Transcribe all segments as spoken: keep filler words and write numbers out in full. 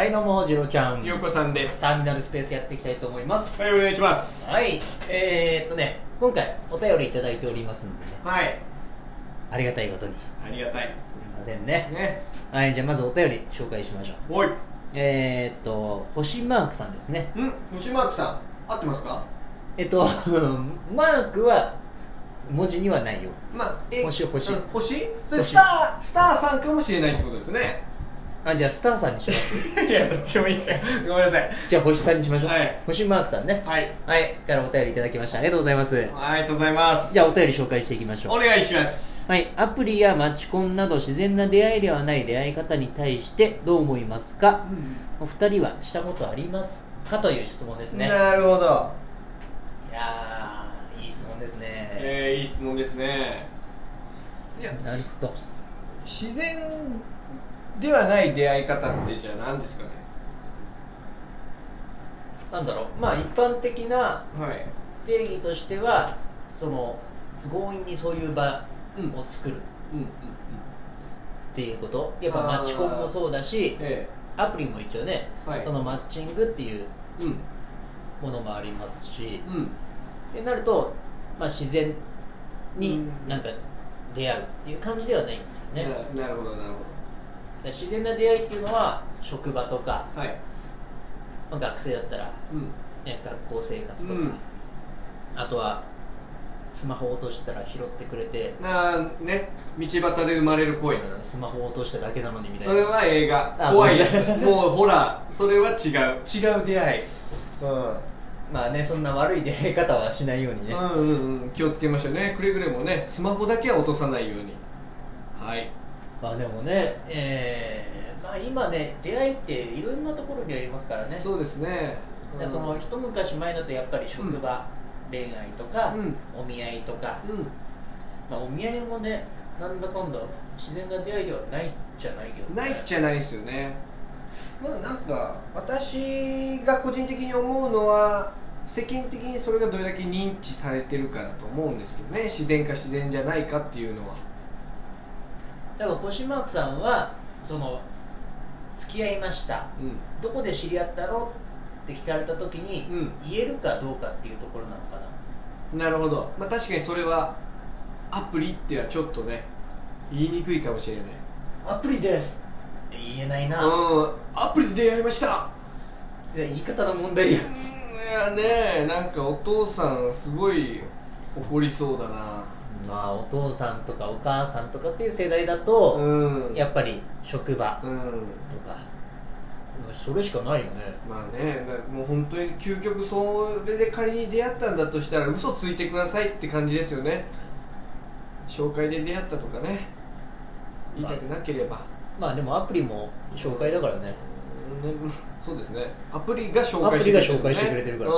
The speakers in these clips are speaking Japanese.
はい、どうも、ジロちゃん。 ようこさんです。 ターミナルスペースやっていきたいと思います。 はい、お願いします。 はい、えー、っとね、今回お便りいただいておりますのでね。 はい。 ありがたいことに。 ありがたい。すみませんね。 ね。 はい、じゃあまずお便り紹介しましょう。 おい。 えー、っと、星マークさんですね。 ん星マークさん、合ってますか？ えっと、マークは文字にはないよ。 まあ、え星、星。 うん、星？それスター、スターさんかもしれないってことですね。 あ、じゃあスターさんにしますいや、どっちもいいっすよ。ごめんなさい。 じゃあ星さんにしましょう。 はい。 星マークさんね。 はい。 はい。からお便りいただきました。ありがとうございます。 ありがとうございます。 じゃあお便り紹介していきましょう。 お願いします。 はい。アプリやマチコンなど自然な出会いではない出会い方に対してどう思いますか？うん、お二人はしたことありますかという質問ですね。 なるほど。 いやー、いい質問ですね。 えー、いい質問ですね。 いや、なるほど。 自然ではない出会い方ってじゃあ何ですかね。 なんだろう、まあ一般的な定義としては、はい、その強引にそういう場を作るっていうこと、やっぱマッチコンもそうだし、ええ、アプリも一応ね、はい、そのマッチングっていうものもありますし、うん、ってなると、まあ、自然になんか出会うっていう感じではないんですよね。 な, なるほどなるほど。 自然な出会いっていうのは職場とか、はい、まあ、学生だったら、うんね、学校生活とか、うん、あとはスマホを落としたら拾ってくれて、 あーね、道端で生まれる声、うん、 スマホを落としただけなのにみたいな。 それは映画怖いやつもうほら、それは違う違う出会い、うん、 まあね、そんな悪い出会い方はしないようにね、 うんうんうん、気をつけましょうね。くれぐれもね、スマホだけは落とさないように。はい。 まあでもね、えーまあ、今ね、出会いっていろんなところにありますからね。 そうですね、 うん、その一昔前だとやっぱり職場、うん、恋愛とか、うん、お見合いとか、うん、まあ、お見合いもね、なんだかんだ自然な出会いではないじゃないけど、ね、 ないじゃないですよね。まあなんか私が個人的に思うのは、世間的にそれがどれだけ認知されてるかだと思うんですけどね。自然か自然じゃないかっていうのは。 多分星マークさんはその付き合いました、うん、どこで知り合ったのって聞かれた時に、うん、言えるかどうかっていうところなのかな。 なるほど、まあ、確かにそれはアプリってはちょっとね言いにくいかもしれない。 アプリですって言えないな。 うん、アプリで出会いました。 言い方の問題や。いやね、なんかお父さんすごい怒りそうだな。 まあお父さんとかお母さんとかっていう世代だと、うん、やっぱり職場とか、うん、それしかないよね。 まあね、もう本当に究極それで仮に出会ったんだとしたら嘘ついてくださいって感じですよね。紹介で出会ったとかね、言いたくなければ。 まあ、まあでもアプリも紹介だからね、 うん、そうですね、アプリが紹介してくれてる、ね、アプリが紹介してくれてるから、うん、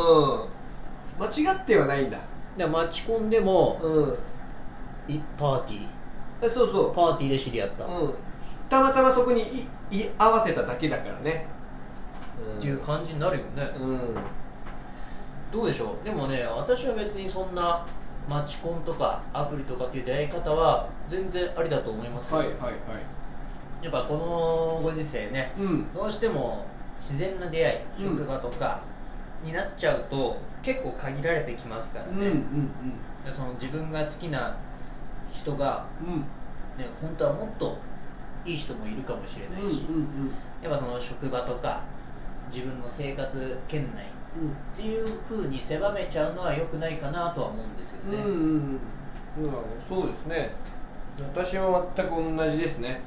間違ってはないんだ。 でマチコンでも、うん、パーティー、 そうそう、 パーティーで知り合った、うん、 たまたまそこに居合わせただけだからね、 うん、っていう感じになるよね、うん、どうでしょう。でもね、私は別にそんなマチコンとかアプリとかっていう出会い方は全然ありだと思いますよ。 はいはいはい。 やっぱこのご時世ね、うん、どうしても自然な出会い、職場とかになっちゃうと結構限られてきますからね、うんうんうん、でその自分が好きな人が、うんね、本当はもっといい人もいるかもしれないし、うんうんうん、やっぱその職場とか自分の生活圏内っていう風に狭めちゃうのは良くないかなとは思うんですよね。うんうんうん、 そうですね。私は全く同じですね。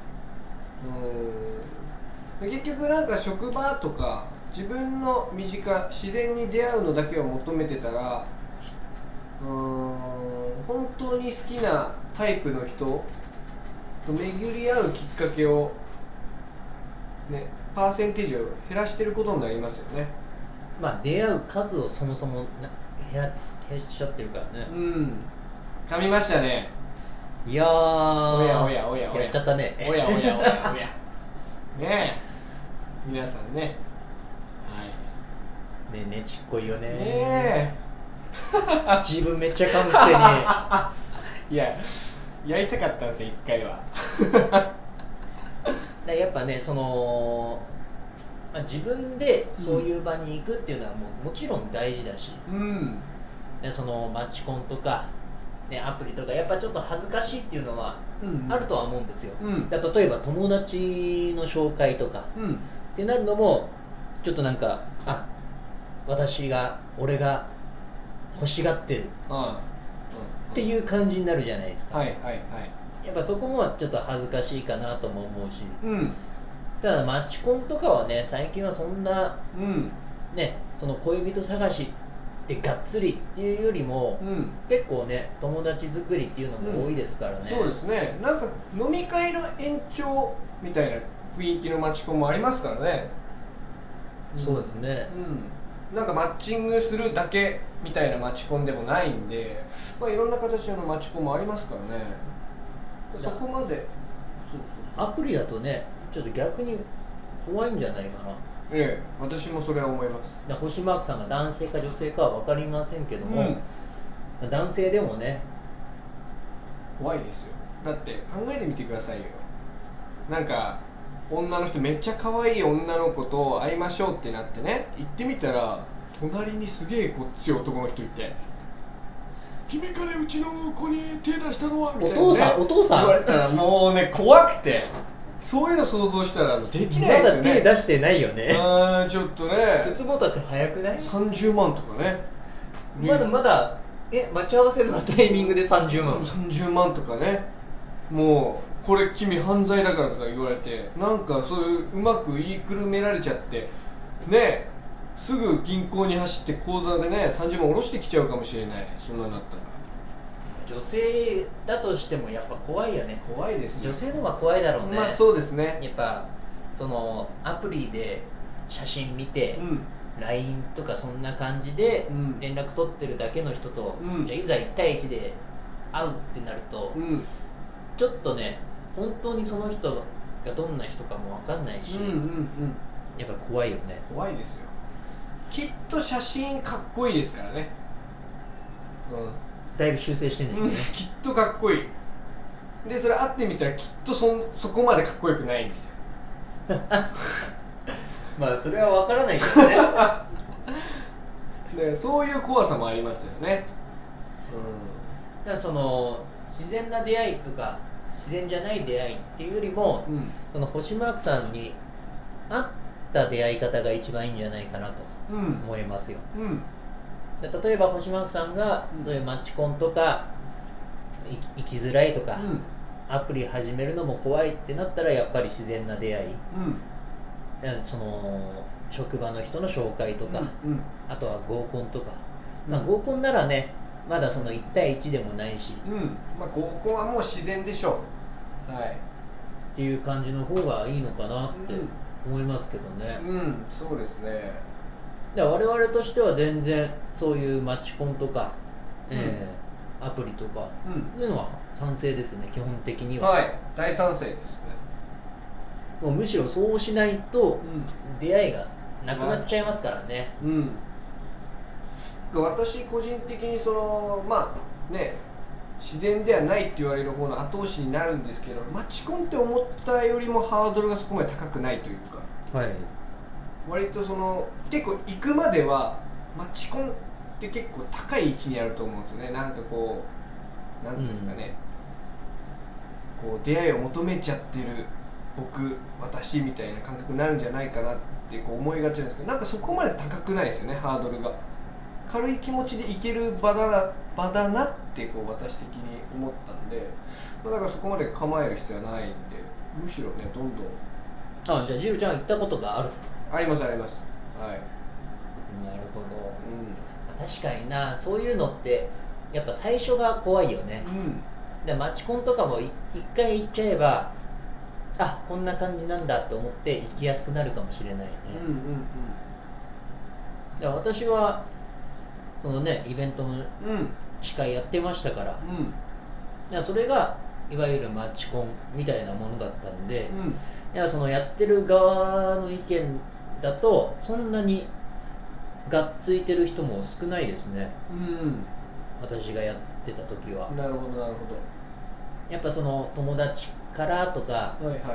うん、結局なんか職場とか自分の身近、自然に出会うのだけを求めてたら、うーん、本当に好きなタイプの人と巡り合うきっかけをね、パーセンテージを減らしてることになりますよね。 まあ出会う数をそもそも減ら減らしちゃってるからね。 うん。噛みましたね。 いやー、 おやおやおやおや、 やっちゃったね。 おやおやおやおや。ねえ、皆さんね。はい。 ねえねちっこいよね。 ねえ。 自分めっちゃ噛むくせに。いや、やりたかったんですよ、一回は。 だやっぱね、そのまあ、自分でそういう場に行くっていうのはもうもちろん大事だし、 うん、 でそのマチコンとか、ね、アプリとかやっぱちょっと恥ずかしいっていうのはあるとは思うんですよ、うん、だ例えば友達の紹介とか、うん、ってなるのもちょっとなんかあ私が俺が欲しがってるっていう感じになるじゃないですか、 はいはいはい、 やっぱそこもちょっと恥ずかしいかなとも思うし、 うん、 ただマチコンとかはね最近はそんな、うん、ねその恋人探しってがっつりっていうよりも、うん、結構ね友達作りっていうのも多いですからね、 うん、そうですねなんか飲み会の延長みたいな雰囲気のマチコンもありますからね、 うん、そうですね、 うん、なんかマッチングするだけみたいなマチコンでもないんで、まあ、いろんな形のマチコンもありますからねそこまでそうそうそうアプリだとねちょっと逆に怖いんじゃないかな。 ええ、私もそれは思います。 だ星マークさんが男性か女性かは分かりませんけども、うん、男性でもね怖いですよ。だって考えてみてくださいよ。なんか女の人めっちゃ可愛い女の子と会いましょうってなってね行ってみたら隣にすげえこっち男の人いて君からうちの子に手出したのはみたいな、ね、 お父さんお父さん言われたらもうね怖くてそういうの想像したらできないですよね。 まだ手出してないよね。 あーちょっとね筒持たせ早くない？ さんじゅうまんとかねまだまだえ待ち合わせのタイミングでさんじゅうまんさんじゅうまんとかねもうこれ君犯罪だからとか言われてなんかそういううまく言いくるめられちゃってねすぐ銀行に走って口座でねさんじゅうまん下ろしてきちゃうかもしれないそんなになったら女性だとしてもやっぱ怖いよね。 怖いですよ。 女性の方が怖いだろうね。 まあそうですね。 やっぱそのアプリで写真見て、うん、ライン とかそんな感じで連絡取ってるだけの人と、うん、じゃあいざいち対いちで会うってなると、うん、ちょっとね本当にその人がどんな人かも分かんないし、うんうんうん、やっぱ怖いよね。 怖いですよ。きっと写真かっこいいですからね。 うんだいぶ修正してるんですね、うん、 きっとかっこいいでそれ会ってみたらきっと そ, そこまでかっこよくないんですよまあそれは分からないけどねでそういう怖さもありますよね、 うん、だからその自然な出会いとか自然じゃない出会いっていうよりも、うん、その星マークさんに合った出会い方が一番いいんじゃないかなと思いますよ、うんうん例えば星マークさんがそういうマッチコンとか生きづらいとか、うん、アプリ始めるのも怖いってなったらやっぱり自然な出会い、うん、その職場の人の紹介とか、うんうん、あとは合コンとか、うんまあ、合コンならねまだそのいち対いちでもないし、 うんまあ、合コンはもう自然でしょう、はい、 っていう感じの方がいいのかなって思いますけどね、 うん、うん、そうですね。 我々としては全然そういうマチコンとか、うんえー、アプリとか、うん、そういうのは賛成ですね基本的には。 はい大賛成ですね。 もうむしろそうしないと出会いがなくなっちゃいますからね、 うん、私個人的にそのまあね自然ではないって言われる方の後押しになるんですけどマチコンって思ったよりもハードルがそこまで高くないというか、はい割とその結構行くまではマチコンって結構高い位置にあると思うんですよね。なんかこうなんですかね、うん、こう出会いを求めちゃってる僕私みたいな感覚になるんじゃないかなってこう思いがちなんですけどなんかそこまで高くないですよねハードルが。軽い気持ちで行ける場だな場だなってこう私的に思ったんでだからそこまで構える必要はないんでむしろねどんどん。 あじゃあジルちゃんは行ったことがある？ ありますあります。はい。 なるほど。うん、確かになそういうのってやっぱ最初が怖いよね。うん。でマチコンとかも一回行っちゃえばあこんな感じなんだと思って行きやすくなるかもしれないね。うんうんうん。で私はそのねイベントの司会やってましたから。うん。でそれがいわゆるマチコンみたいなものだったんで。うんいやそのやってる側の意見だとそんなにがっついてる人も少ないですね、うん、私がやってた時は。 なるほどなるほど。 やっぱその友達からとか、はいはい、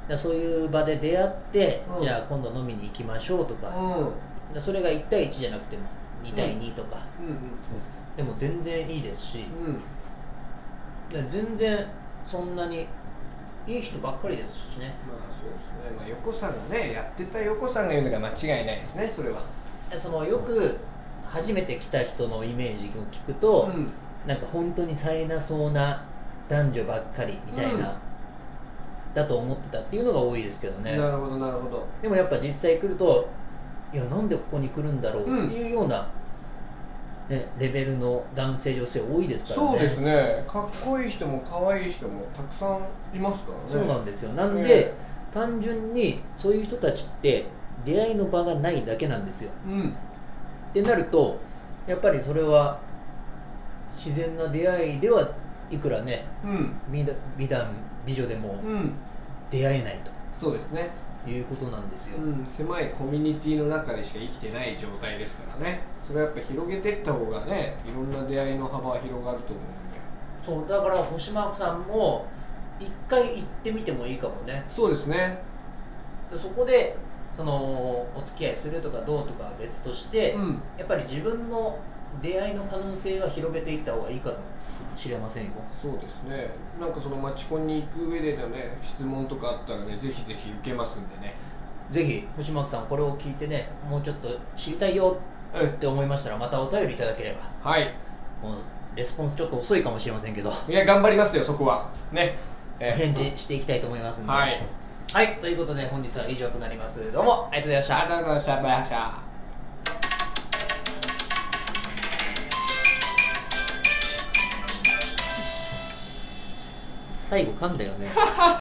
だそういう場で出会って、 うん、 じゃあ今度飲みに行きましょうとか、うん、だそれがいちたいいちじゃなくてもにたいにとか、うんうんうん、でも全然いいですし、うん、全然そんなにいい人ばっかりですしね。 まあそうですね、まあ、横さんがねやってた横さんが言うのが間違いないですね。それはそのよく初めて来た人のイメージを聞くと、うん、なんか本当に冴えなそうな男女ばっかりみたいな、うん、だと思ってたっていうのが多いですけどね。 なるほどなるほど。 でもやっぱ実際来ると、いやなんでここに来るんだろうっていうような、うんね、レベルの男性女性多いですからね。 そうですね、かっこいい人も可愛い人もたくさんいますからね。 そうなんですよ。なんで、えー、単純にそういう人たちって出会いの場がないだけなんですよ、うん、ってなるとやっぱりそれは自然な出会いではいくらね、うん、美, 美男美女でも出会えないと、 そうですね、 いうことなんですよ、 うん、狭いコミュニティの中でしか生きてない状態ですからね。それはやっぱ広げていった方がね、いろんな出会いの幅は広がると思うんで。そうだから星マークさんも一回行ってみてもいいかもね。 そうですね。 そこでそのお付き合いするとかどうとかは別として、うん、やっぱり自分の出会いの可能性は広げていった方がいいかもしれませんよ。 そうですね。なんかそのマチコンに行く上でのね、質問とかあったらね、ぜひぜひ受けますんでね。 ぜひ星マークさんこれを聞いてね、もうちょっと知りたいよって思いましたら、またお便りいただければ。はい。もうレスポンスちょっと遅いかもしれませんけど、 いや頑張りますよそこはね。 えー、返事していきたいと思いますので。 はい。 はい、ということで本日は以上となります。どうもありがとうございました。 ありがとうございました。バイバイ。 最後噛んだよね